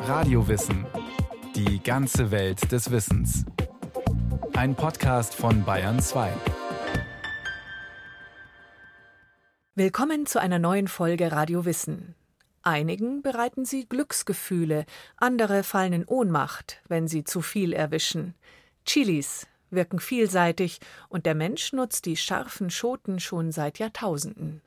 Radiowissen. Die ganze Welt des Wissens. Ein Podcast von Bayern 2. Willkommen zu einer neuen Folge Radiowissen. Einigen bereiten sie Glücksgefühle, andere fallen in Ohnmacht, wenn sie zu viel erwischen. Chilis wirken vielseitig und der Mensch nutzt die scharfen Schoten schon seit Jahrtausenden.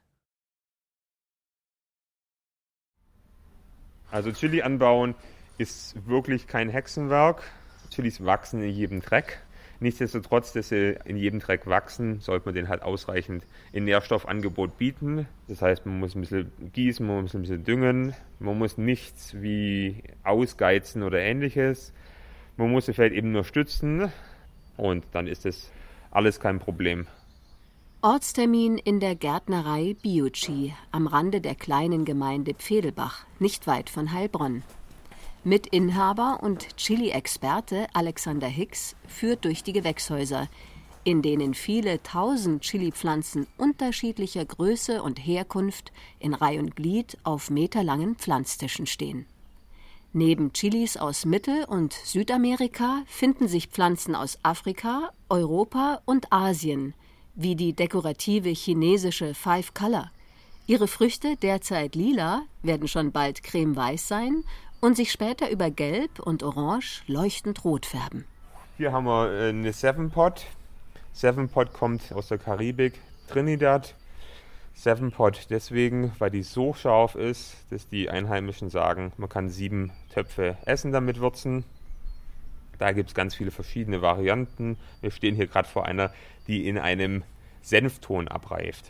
Also Chili anbauen ist wirklich kein Hexenwerk. Chilis wachsen in jedem Dreck. Nichtsdestotrotz, dass sie in jedem Dreck wachsen, sollte man denen halt ausreichend in Nährstoffangebot bieten. Das heißt, man muss ein bisschen gießen, man muss ein bisschen düngen. Man muss nichts wie ausgeizen oder ähnliches. Man muss sie vielleicht eben nur stützen und dann ist das alles kein Problem. Ortstermin in der Gärtnerei Biochi am Rande der kleinen Gemeinde Pfedelbach, nicht weit von Heilbronn. Mitinhaber und Chili-Experte Alexander Hicks führt durch die Gewächshäuser, in denen viele tausend Chili-Pflanzen unterschiedlicher Größe und Herkunft in Reih und Glied auf meterlangen Pflanztischen stehen. Neben Chilis aus Mittel- und Südamerika finden sich Pflanzen aus Afrika, Europa und Asien, wie die dekorative chinesische Five Color. Ihre Früchte, derzeit lila, werden schon bald cremeweiß sein und sich später über gelb und orange leuchtend rot färben. Hier haben wir eine Seven Pot. Seven Pot kommt aus der Karibik, Trinidad. Seven Pot deswegen, weil die so scharf ist, dass die Einheimischen sagen, man kann 7 Töpfe Essen damit würzen. Da gibt es ganz viele verschiedene Varianten. Wir stehen hier gerade vor einer, die in einem Senfton abreift.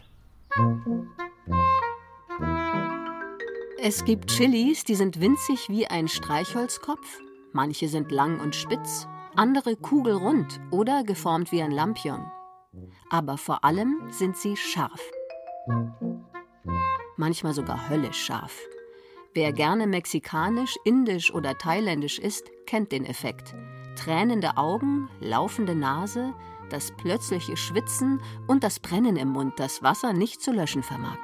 Es gibt Chilis, die sind winzig wie ein Streichholzkopf. Manche sind lang und spitz, andere kugelrund oder geformt wie ein Lampion. Aber vor allem sind sie scharf. Manchmal sogar höllisch scharf. Wer gerne mexikanisch, indisch oder thailändisch isst, kennt den Effekt. Tränende Augen, laufende Nase, das plötzliche Schwitzen und das Brennen im Mund, das Wasser nicht zu löschen vermag.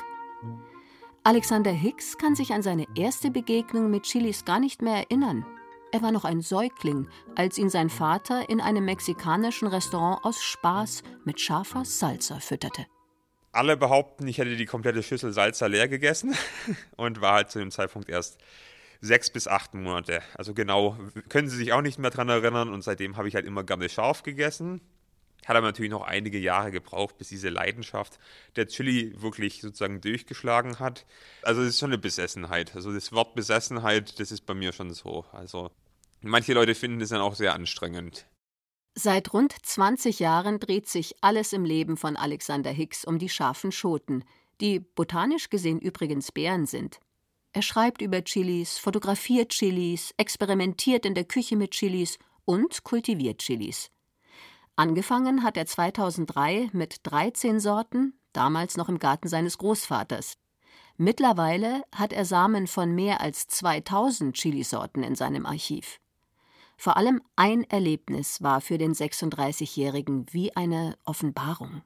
Alexander Hicks kann sich an seine erste Begegnung mit Chilis gar nicht mehr erinnern. Er war noch ein Säugling, als ihn sein Vater in einem mexikanischen Restaurant aus Spaß mit scharfer Salsa fütterte. Alle behaupten, ich hätte die komplette Schüssel Salsa leer gegessen und war halt zu dem Zeitpunkt erst 6 bis 8 Monate. Also genau, können Sie sich auch nicht mehr dran erinnern und seitdem habe ich halt immer gerne scharf gegessen. Hat aber natürlich noch einige Jahre gebraucht, bis diese Leidenschaft der Chili wirklich sozusagen durchgeschlagen hat. Also es ist schon eine Besessenheit. Also das Wort Besessenheit, das ist bei mir schon so. Also manche Leute finden das dann auch sehr anstrengend. Seit rund 20 Jahren dreht sich alles im Leben von Alexander Hicks um die scharfen Schoten, die botanisch gesehen übrigens Beeren sind. Er schreibt über Chilis, fotografiert Chilis, experimentiert in der Küche mit Chilis und kultiviert Chilis. Angefangen hat er 2003 mit 13 Sorten, damals noch im Garten seines Großvaters. Mittlerweile hat er Samen von mehr als 2000 Chilisorten in seinem Archiv. Vor allem ein Erlebnis war für den 36-Jährigen wie eine Offenbarung.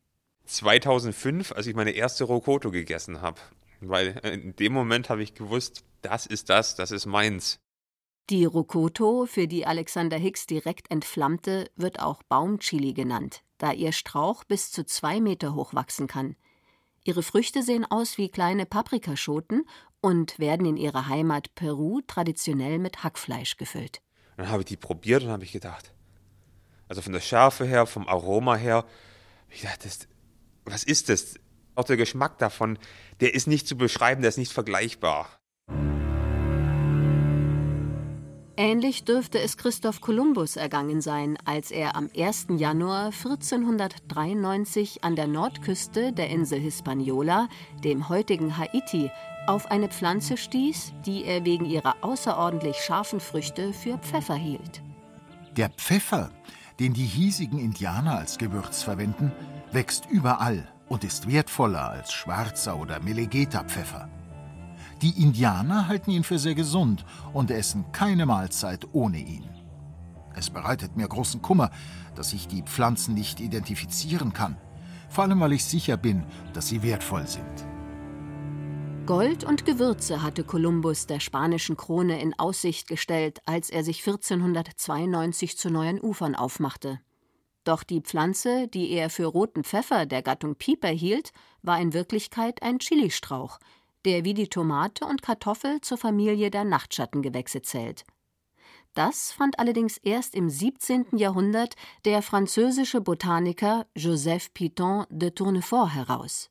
2005, als ich meine erste Rocoto gegessen habe. Weil in dem Moment habe ich gewusst, das ist meins. Die Rocoto, für die Alexander Hicks direkt entflammte, wird auch Baumchili genannt, da ihr Strauch bis zu 2 Meter hoch wachsen kann. Ihre Früchte sehen aus wie kleine Paprikaschoten und werden in ihrer Heimat Peru traditionell mit Hackfleisch gefüllt. Dann habe ich die probiert und habe ich gedacht, also von der Schärfe her, vom Aroma her, ich dachte, was ist das? Auch der Geschmack davon, der ist nicht zu beschreiben, der ist nicht vergleichbar. Ähnlich dürfte es Christoph Kolumbus ergangen sein, als er am 1. Januar 1493 an der Nordküste der Insel Hispaniola, dem heutigen Haiti, auf eine Pflanze stieß, die er wegen ihrer außerordentlich scharfen Früchte für Pfeffer hielt. Der Pfeffer, den die hiesigen Indianer als Gewürz verwenden, wächst überall und ist wertvoller als schwarzer oder Melegeta-Pfeffer. Die Indianer halten ihn für sehr gesund und essen keine Mahlzeit ohne ihn. Es bereitet mir großen Kummer, dass ich die Pflanzen nicht identifizieren kann, vor allem weil ich sicher bin, dass sie wertvoll sind. Gold und Gewürze hatte Kolumbus der spanischen Krone in Aussicht gestellt, als er sich 1492 zu neuen Ufern aufmachte. Doch die Pflanze, die er für roten Pfeffer der Gattung Piper hielt, war in Wirklichkeit ein Chilistrauch, der wie die Tomate und Kartoffel zur Familie der Nachtschattengewächse zählt. Das fand allerdings erst im 17. Jahrhundert der französische Botaniker Joseph Piton de Tournefort heraus.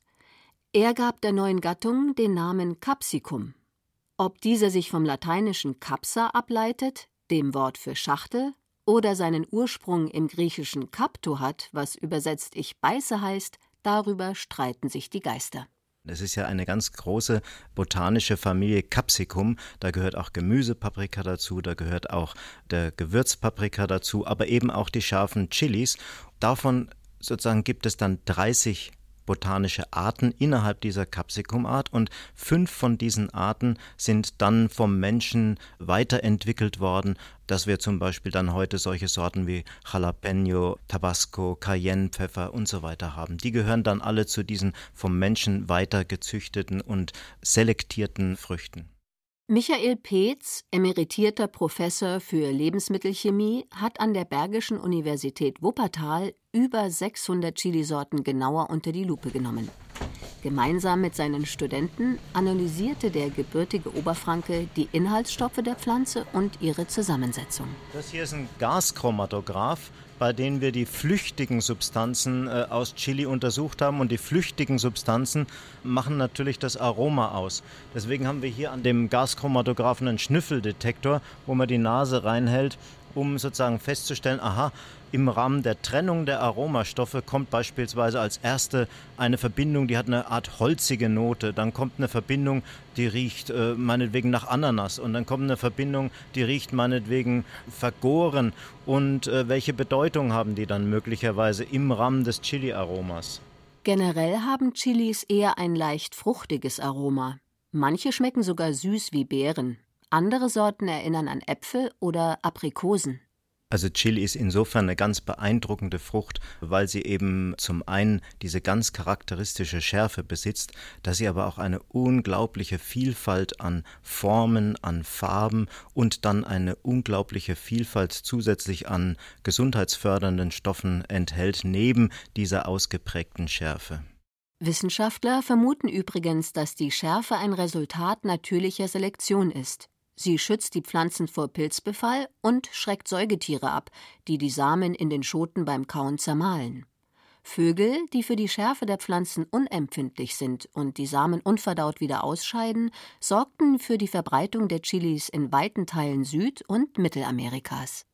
Er gab der neuen Gattung den Namen Capsicum. Ob dieser sich vom lateinischen capsa ableitet, dem Wort für Schachtel, oder seinen Ursprung im griechischen Kapto hat, was übersetzt ich beiße heißt, darüber streiten sich die Geister. Es ist ja eine ganz große botanische Familie Capsicum. Da gehört auch Gemüsepaprika dazu, da gehört auch der Gewürzpaprika dazu, aber eben auch die scharfen Chilis. Davon sozusagen gibt es dann 30 botanische Arten innerhalb dieser Capsicum-Art und 5 von diesen Arten sind dann vom Menschen weiterentwickelt worden, dass wir zum Beispiel dann heute solche Sorten wie Jalapeno, Tabasco, Cayennepfeffer und so weiter haben. Die gehören dann alle zu diesen vom Menschen weiter gezüchteten und selektierten Früchten. Michael Peetz, emeritierter Professor für Lebensmittelchemie, hat an der Bergischen Universität Wuppertal über 600 Chilisorten genauer unter die Lupe genommen. Gemeinsam mit seinen Studenten analysierte der gebürtige Oberfranke die Inhaltsstoffe der Pflanze und ihre Zusammensetzung. Das hier ist ein Gaschromatograph, bei denen wir die flüchtigen Substanzen aus Chili untersucht haben. Und die flüchtigen Substanzen machen natürlich das Aroma aus. Deswegen haben wir hier an dem Gaschromatographen einen Schnüffeldetektor, wo man die Nase reinhält, um sozusagen festzustellen, aha, im Rahmen der Trennung der Aromastoffe kommt beispielsweise als erste eine Verbindung, die hat eine Art holzige Note. Dann kommt eine Verbindung, die riecht meinetwegen nach Ananas. Und dann kommt eine Verbindung, die riecht meinetwegen vergoren. Und welche Bedeutung haben die dann möglicherweise im Rahmen des Chili-Aromas? Generell haben Chilis eher ein leicht fruchtiges Aroma. Manche schmecken sogar süß wie Beeren. Andere Sorten erinnern an Äpfel oder Aprikosen. Also Chili ist insofern eine ganz beeindruckende Frucht, weil sie eben zum einen diese ganz charakteristische Schärfe besitzt, dass sie aber auch eine unglaubliche Vielfalt an Formen, an Farben und dann eine unglaubliche Vielfalt zusätzlich an gesundheitsfördernden Stoffen enthält, neben dieser ausgeprägten Schärfe. Wissenschaftler vermuten übrigens, dass die Schärfe ein Resultat natürlicher Selektion ist. Sie schützt die Pflanzen vor Pilzbefall und schreckt Säugetiere ab, die die Samen in den Schoten beim Kauen zermahlen. Vögel, die für die Schärfe der Pflanzen unempfindlich sind und die Samen unverdaut wieder ausscheiden, sorgten für die Verbreitung der Chilis in weiten Teilen Süd- und Mittelamerikas.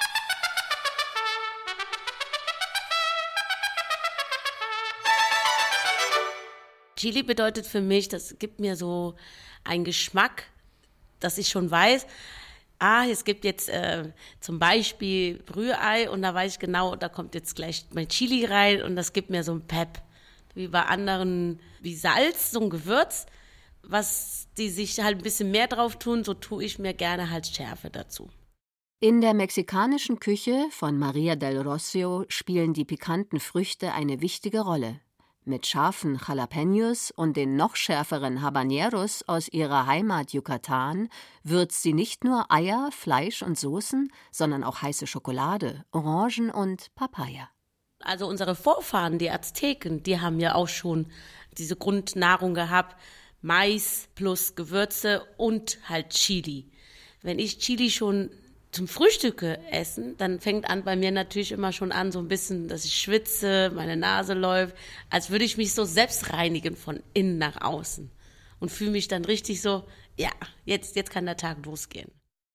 Chili bedeutet für mich, das gibt mir so einen Geschmack, dass ich schon weiß, es gibt jetzt zum Beispiel Rührei und da weiß ich genau, da kommt jetzt gleich mein Chili rein und das gibt mir so ein Pep. Wie bei anderen, wie Salz, so ein Gewürz, was die sich halt ein bisschen mehr drauf tun, so tue ich mir gerne halt Schärfe dazu. In der mexikanischen Küche von Maria del Rocio spielen die pikanten Früchte eine wichtige Rolle. Mit scharfen Jalapenos und den noch schärferen Habaneros aus ihrer Heimat Yucatan würzt sie nicht nur Eier, Fleisch und Soßen, sondern auch heiße Schokolade, Orangen und Papaya. Also unsere Vorfahren, die Azteken, die haben ja auch schon diese Grundnahrung gehabt, Mais plus Gewürze und halt Chili. Wenn ich Chili schon zum Frühstück essen, dann fängt an bei mir natürlich immer schon an, so ein bisschen, dass ich schwitze, meine Nase läuft, als würde ich mich so selbst reinigen von innen nach außen und fühle mich dann richtig so, ja, jetzt kann der Tag losgehen.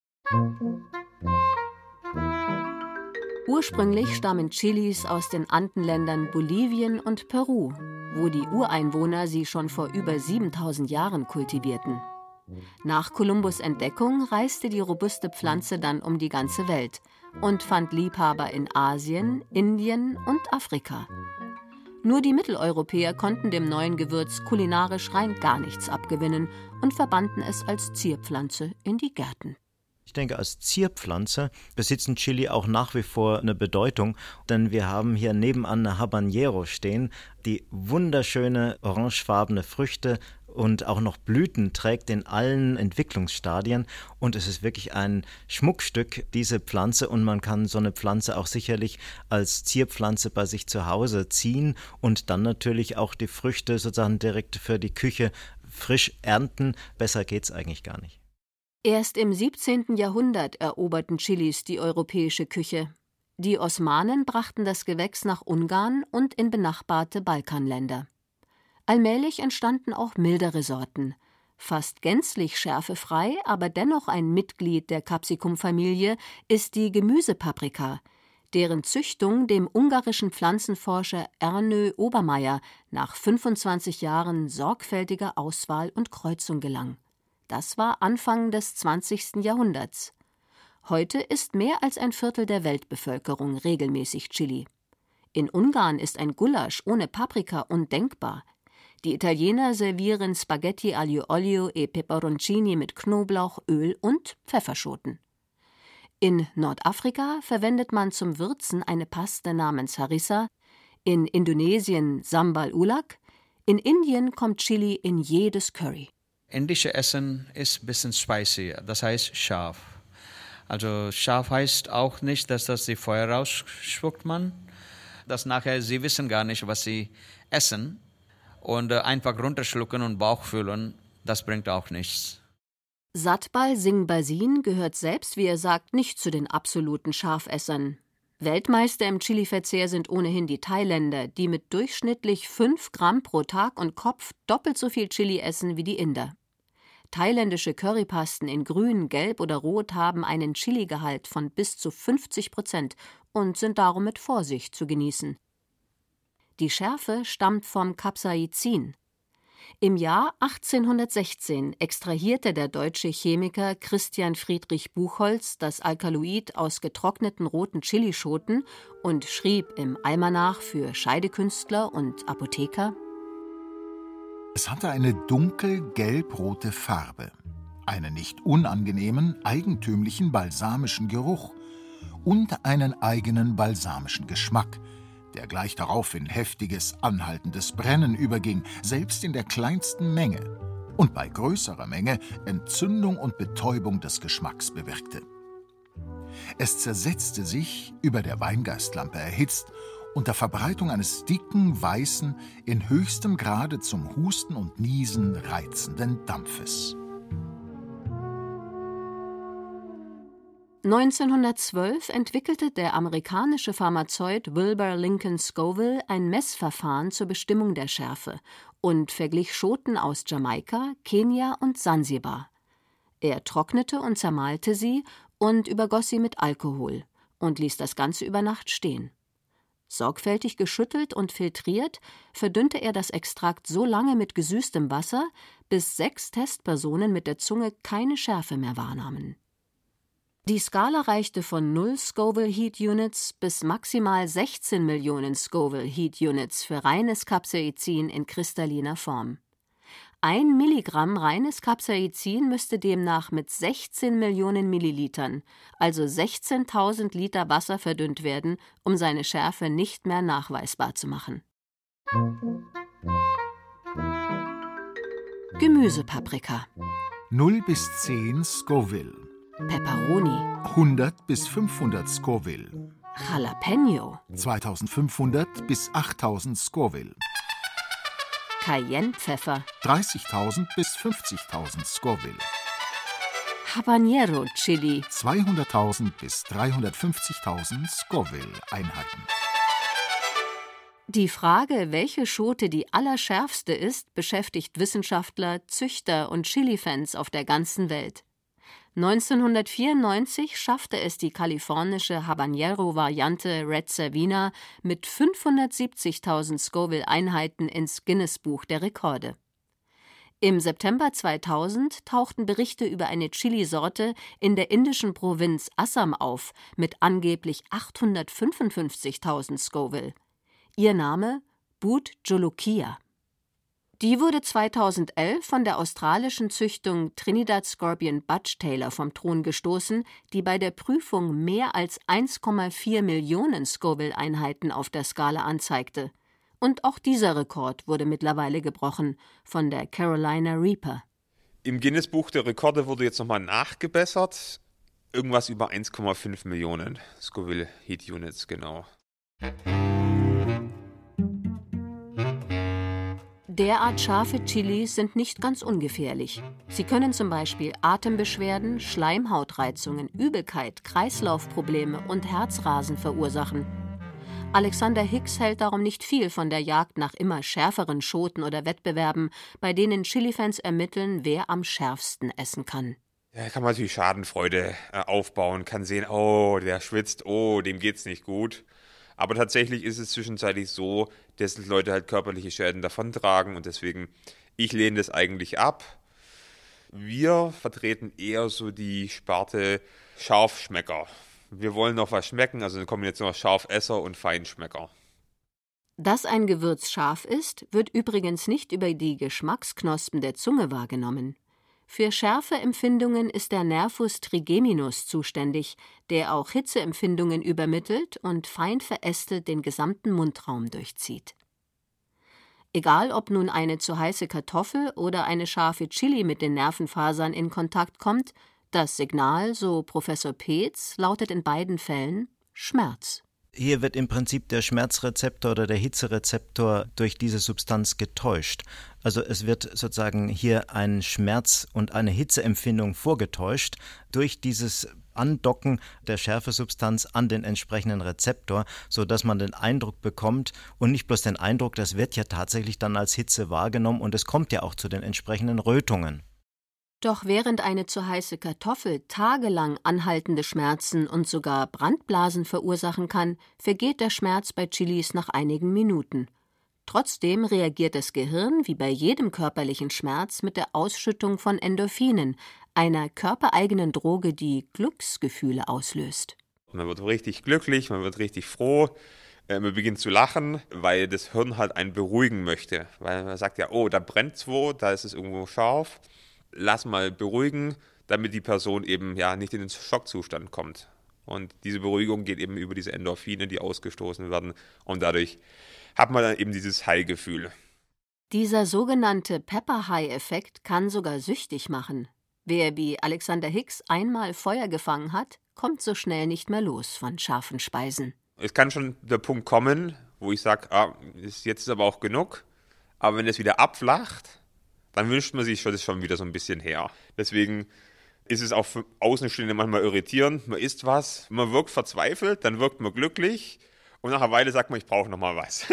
Ursprünglich stammen Chilis aus den Andenländern Bolivien und Peru, wo die Ureinwohner sie schon vor über 7000 Jahren kultivierten. Nach Kolumbus' Entdeckung reiste die robuste Pflanze dann um die ganze Welt und fand Liebhaber in Asien, Indien und Afrika. Nur die Mitteleuropäer konnten dem neuen Gewürz kulinarisch rein gar nichts abgewinnen und verbannten es als Zierpflanze in die Gärten. Ich denke, als Zierpflanze besitzen Chili auch nach wie vor eine Bedeutung, denn wir haben hier nebenan eine Habanero stehen, die wunderschöne orangefarbene Früchte und auch noch Blüten trägt in allen Entwicklungsstadien. Und es ist wirklich ein Schmuckstück, diese Pflanze. Und man kann so eine Pflanze auch sicherlich als Zierpflanze bei sich zu Hause ziehen und dann natürlich auch die Früchte sozusagen direkt für die Küche frisch ernten. Besser geht's eigentlich gar nicht. Erst im 17. Jahrhundert eroberten Chilis die europäische Küche. Die Osmanen brachten das Gewächs nach Ungarn und in benachbarte Balkanländer. Allmählich entstanden auch mildere Sorten. Fast gänzlich schärfefrei, aber dennoch ein Mitglied der Capsicum-Familie ist die Gemüsepaprika, deren Züchtung dem ungarischen Pflanzenforscher Ernő Obermayr nach 25 Jahren sorgfältiger Auswahl und Kreuzung gelang. Das war Anfang des 20. Jahrhunderts. Heute isst mehr als ein Viertel der Weltbevölkerung regelmäßig Chili. In Ungarn ist ein Gulasch ohne Paprika undenkbar. Die Italiener servieren Spaghetti aglio olio e peperoncini mit Knoblauch, Öl und Pfefferschoten. In Nordafrika verwendet man zum Würzen eine Paste namens Harissa, in Indonesien Sambal Ulak, in Indien kommt Chili in jedes Curry. Indische Essen ist ein bisschen spicy, das heißt scharf. Also scharf heißt auch nicht, dass das die Feuer rausspuckt man. Dass nachher sie wissen gar nicht, was sie essen und einfach runterschlucken und Bauch füllen, das bringt auch nichts. Satpal Singh Bhasin gehört selbst, wie er sagt, nicht zu den absoluten Scharfessern. Weltmeister im Chiliverzehr sind ohnehin die Thailänder, die mit durchschnittlich 5 Gramm pro Tag und Kopf doppelt so viel Chili essen wie die Inder. Thailändische Currypasten in Grün, Gelb oder Rot haben einen Chiligehalt von bis zu 50% und sind darum mit Vorsicht zu genießen. Die Schärfe stammt vom Capsaicin. Im Jahr 1816 extrahierte der deutsche Chemiker Christian Friedrich Buchholz das Alkaloid aus getrockneten roten Chilischoten und schrieb im Almanach für Scheidekünstler und Apotheker: Es hatte eine dunkel-gelb-rote Farbe, einen nicht unangenehmen, eigentümlichen balsamischen Geruch und einen eigenen balsamischen Geschmack, der gleich darauf in heftiges, anhaltendes Brennen überging, selbst in der kleinsten Menge, und bei größerer Menge Entzündung und Betäubung des Geschmacks bewirkte. Es zersetzte sich, über der Weingeistlampe erhitzt, unter Verbreitung eines dicken, weißen, in höchstem Grade zum Husten und Niesen reizenden Dampfes. 1912 entwickelte der amerikanische Pharmazeut Wilbur Lincoln Scoville ein Messverfahren zur Bestimmung der Schärfe und verglich Schoten aus Jamaika, Kenia und Sansibar. Er trocknete und zermahlte sie und übergoss sie mit Alkohol und ließ das Ganze über Nacht stehen. Sorgfältig geschüttelt und filtriert, verdünnte er das Extrakt so lange mit gesüßtem Wasser, bis 6 Testpersonen mit der Zunge keine Schärfe mehr wahrnahmen. Die Skala reichte von 0 Scoville Heat Units bis maximal 16 Millionen Scoville Heat Units für reines Capsaicin in kristalliner Form. 1 Milligramm reines Capsaicin müsste demnach mit 16 Millionen Millilitern, also 16.000 Liter Wasser verdünnt werden, um seine Schärfe nicht mehr nachweisbar zu machen. Gemüsepaprika. 0 bis 10 Scoville. Peperoni. 100 bis 500 Scoville. Jalapeno. 2500 bis 8000 Scoville. Cayennepfeffer. 30.000 bis 50.000 Scoville. Habanero Chili. 200.000 bis 350.000 Scoville-Einheiten. Die Frage, welche Schote die allerschärfste ist, beschäftigt Wissenschaftler, Züchter und Chili-Fans auf der ganzen Welt. 1994 schaffte es die kalifornische Habanero-Variante Red Savina mit 570.000 Scoville-Einheiten ins Guinness-Buch der Rekorde. Im September 2000 tauchten Berichte über eine Chili-Sorte in der indischen Provinz Assam auf mit angeblich 855.000 Scoville. Ihr Name? Bhut Jolokia. Die wurde 2011 von der australischen Züchtung Trinidad Scorpion Butch Taylor vom Thron gestoßen, die bei der Prüfung mehr als 1,4 Millionen Scoville-Einheiten auf der Skala anzeigte. Und auch dieser Rekord wurde mittlerweile gebrochen von der Carolina Reaper. Im Guinness-Buch der Rekorde wurde jetzt nochmal nachgebessert. Irgendwas über 1,5 Millionen Scoville Heat Units, genau. Derart scharfe Chilis sind nicht ganz ungefährlich. Sie können zum Beispiel Atembeschwerden, Schleimhautreizungen, Übelkeit, Kreislaufprobleme und Herzrasen verursachen. Alexander Hicks hält darum nicht viel von der Jagd nach immer schärferen Schoten oder Wettbewerben, bei denen Chili-Fans ermitteln, wer am schärfsten essen kann. Da kann man natürlich Schadenfreude aufbauen, kann sehen, oh, der schwitzt, oh, dem geht's nicht gut. Aber tatsächlich ist es zwischenzeitlich so, dass Leute halt körperliche Schäden davontragen und deswegen, ich lehne das eigentlich ab. Wir vertreten eher so die Sparte Scharfschmecker. Wir wollen noch was schmecken, also eine Kombination aus Scharfesser und Feinschmecker. Dass ein Gewürz scharf ist, wird übrigens nicht über die Geschmacksknospen der Zunge wahrgenommen. Für Schärfeempfindungen ist der Nervus trigeminus zuständig, der auch Hitzeempfindungen übermittelt und fein verästelt den gesamten Mundraum durchzieht. Egal, ob nun eine zu heiße Kartoffel oder eine scharfe Chili mit den Nervenfasern in Kontakt kommt, das Signal, so Professor Peetz, lautet in beiden Fällen Schmerz. Hier wird im Prinzip der Schmerzrezeptor oder der Hitzerezeptor durch diese Substanz getäuscht. Also es wird sozusagen hier ein Schmerz und eine Hitzeempfindung vorgetäuscht durch dieses Andocken der Schärfesubstanz an den entsprechenden Rezeptor, sodass man den Eindruck bekommt und nicht bloß den Eindruck, das wird ja tatsächlich dann als Hitze wahrgenommen und es kommt ja auch zu den entsprechenden Rötungen. Doch während eine zu heiße Kartoffel tagelang anhaltende Schmerzen und sogar Brandblasen verursachen kann, vergeht der Schmerz bei Chilis nach einigen Minuten. Trotzdem reagiert das Gehirn wie bei jedem körperlichen Schmerz mit der Ausschüttung von Endorphinen, einer körpereigenen Droge, die Glücksgefühle auslöst. Man wird richtig glücklich, man wird richtig froh, man beginnt zu lachen, weil das Hirn halt einen beruhigen möchte. Weil man sagt ja, oh, da brennt's wo, da ist es irgendwo scharf. Lass mal beruhigen, damit die Person eben ja nicht in den Schockzustand kommt. Und diese Beruhigung geht eben über diese Endorphine, die ausgestoßen werden. Und dadurch hat man dann eben dieses High-Gefühl. Dieser sogenannte Pepper-High-Effekt kann sogar süchtig machen. Wer wie Alexander Hicks einmal Feuer gefangen hat, kommt so schnell nicht mehr los von scharfen Speisen. Es kann schon der Punkt kommen, wo ich sage, jetzt ist aber auch genug. Aber wenn es wieder abflacht, dann wünscht man sich das schon wieder so ein bisschen her. Deswegen ist es auch für Außenstehende manchmal irritierend. Man isst was, man wirkt verzweifelt, dann wirkt man glücklich und nach einer Weile sagt man, ich brauche noch mal was.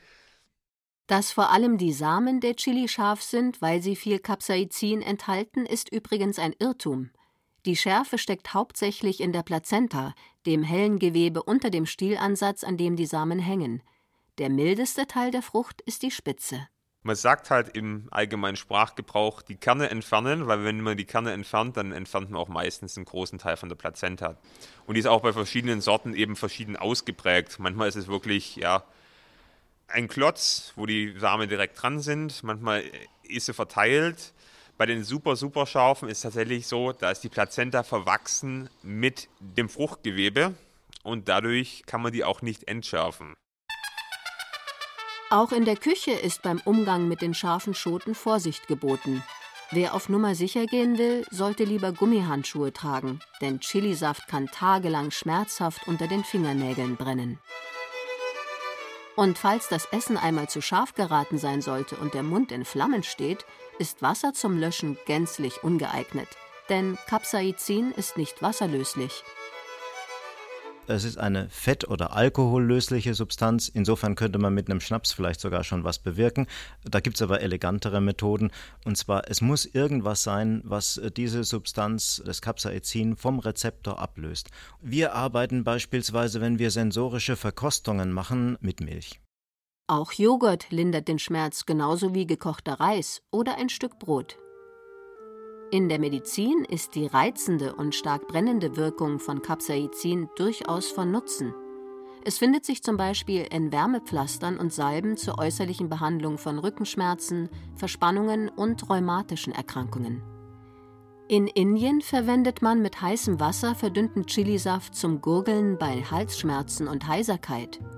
Dass vor allem die Samen der Chili scharf sind, weil sie viel Capsaicin enthalten, ist übrigens ein Irrtum. Die Schärfe steckt hauptsächlich in der Plazenta, dem hellen Gewebe unter dem Stielansatz, an dem die Samen hängen. Der mildeste Teil der Frucht ist die Spitze. Man sagt halt im allgemeinen Sprachgebrauch die Kerne entfernen, weil wenn man die Kerne entfernt, dann entfernt man auch meistens einen großen Teil von der Plazenta. Und die ist auch bei verschiedenen Sorten eben verschieden ausgeprägt. Manchmal ist es wirklich ein Klotz, wo die Samen direkt dran sind. Manchmal ist sie verteilt. Bei den super scharfen ist es tatsächlich so, da ist die Plazenta verwachsen mit dem Fruchtgewebe und dadurch kann man die auch nicht entschärfen. Auch in der Küche ist beim Umgang mit den scharfen Schoten Vorsicht geboten. Wer auf Nummer sicher gehen will, sollte lieber Gummihandschuhe tragen, denn Chilisaft kann tagelang schmerzhaft unter den Fingernägeln brennen. Und falls das Essen einmal zu scharf geraten sein sollte und der Mund in Flammen steht, ist Wasser zum Löschen gänzlich ungeeignet, denn Capsaicin ist nicht wasserlöslich. Es ist eine fett- oder alkohollösliche Substanz. Insofern könnte man mit einem Schnaps vielleicht sogar schon was bewirken. Da gibt es aber elegantere Methoden. Und zwar, es muss irgendwas sein, was diese Substanz, das Capsaicin, vom Rezeptor ablöst. Wir arbeiten beispielsweise, wenn wir sensorische Verkostungen machen, mit Milch. Auch Joghurt lindert den Schmerz, genauso wie gekochter Reis oder ein Stück Brot. In der Medizin ist die reizende und stark brennende Wirkung von Capsaicin durchaus von Nutzen. Es findet sich zum Beispiel in Wärmepflastern und Salben zur äußerlichen Behandlung von Rückenschmerzen, Verspannungen und rheumatischen Erkrankungen. In Indien verwendet man mit heißem Wasser verdünnten Chilisaft zum Gurgeln bei Halsschmerzen und Heiserkeit.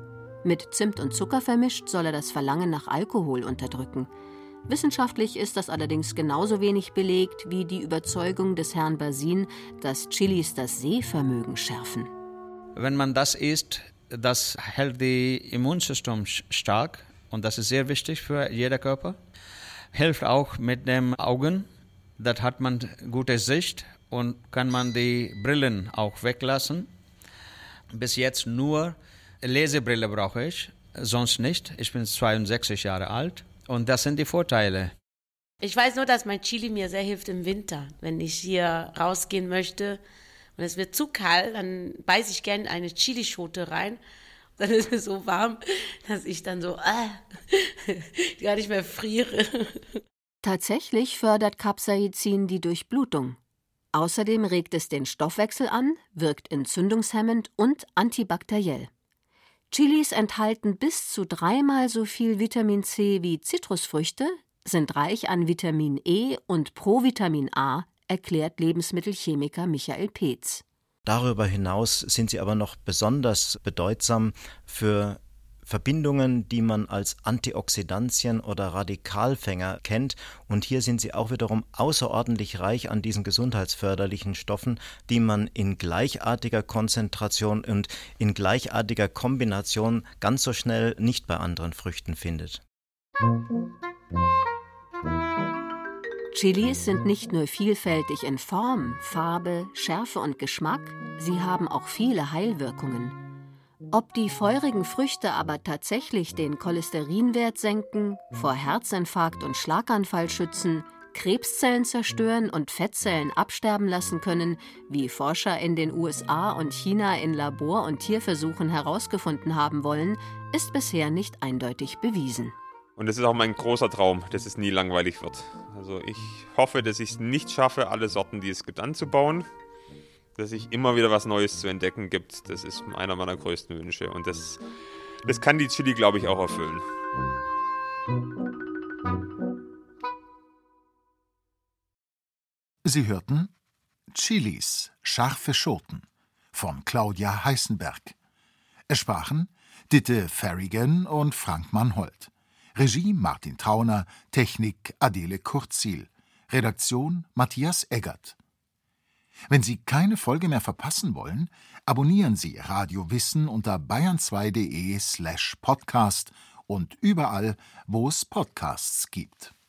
Mit Zimt und Zucker vermischt soll er das Verlangen nach Alkohol unterdrücken. Wissenschaftlich ist das allerdings genauso wenig belegt wie die Überzeugung des Herrn Basin, dass Chilis das Sehvermögen schärfen. Wenn man das isst, das hält das Immunsystem stark und das ist sehr wichtig für jeden Körper. Hilft auch mit den Augen, das hat man gute Sicht und kann man die Brillen auch weglassen. Bis jetzt nur Lesebrille brauche ich, sonst nicht. Ich bin 62 Jahre alt und das sind die Vorteile. Ich weiß nur, dass mein Chili mir sehr hilft im Winter. Wenn ich hier rausgehen möchte und es wird zu kalt, dann beiße ich gerne eine Chilischote rein. Dann ist es so warm, dass ich dann so gar nicht mehr friere. Tatsächlich fördert Capsaicin die Durchblutung. Außerdem regt es den Stoffwechsel an, wirkt entzündungshemmend und antibakteriell. Chilis enthalten bis zu 3-mal so viel Vitamin C wie Zitrusfrüchte, sind reich an Vitamin E und Provitamin A, erklärt Lebensmittelchemiker Michael Peetz. Darüber hinaus sind sie aber noch besonders bedeutsam für Verbindungen, die man als Antioxidantien oder Radikalfänger kennt. Und hier sind sie auch wiederum außerordentlich reich an diesen gesundheitsförderlichen Stoffen, die man in gleichartiger Konzentration und in gleichartiger Kombination ganz so schnell nicht bei anderen Früchten findet. Chilis sind nicht nur vielfältig in Form, Farbe, Schärfe und Geschmack, sie haben auch viele Heilwirkungen. Ob die feurigen Früchte aber tatsächlich den Cholesterinwert senken, vor Herzinfarkt und Schlaganfall schützen, Krebszellen zerstören und Fettzellen absterben lassen können, wie Forscher in den USA und China in Labor- und Tierversuchen herausgefunden haben wollen, ist bisher nicht eindeutig bewiesen. Und das ist auch mein großer Traum, dass es nie langweilig wird. Also ich hoffe, dass ich es nicht schaffe, alle Sorten, die es gibt, anzubauen. Dass sich immer wieder was Neues zu entdecken gibt. Das ist einer meiner größten Wünsche. Und das kann die Chili, glaube ich, auch erfüllen. Sie hörten Chilis, scharfe Schoten von Claudia Heißenberg. Es sprachen Ditte Ferrigan und Frank Manholt. Regie Martin Trauner, Technik Adele Kurzil, Redaktion Matthias Eggert. Wenn Sie keine Folge mehr verpassen wollen, abonnieren Sie Radio Wissen unter bayern2.de/podcast und überall, wo es Podcasts gibt.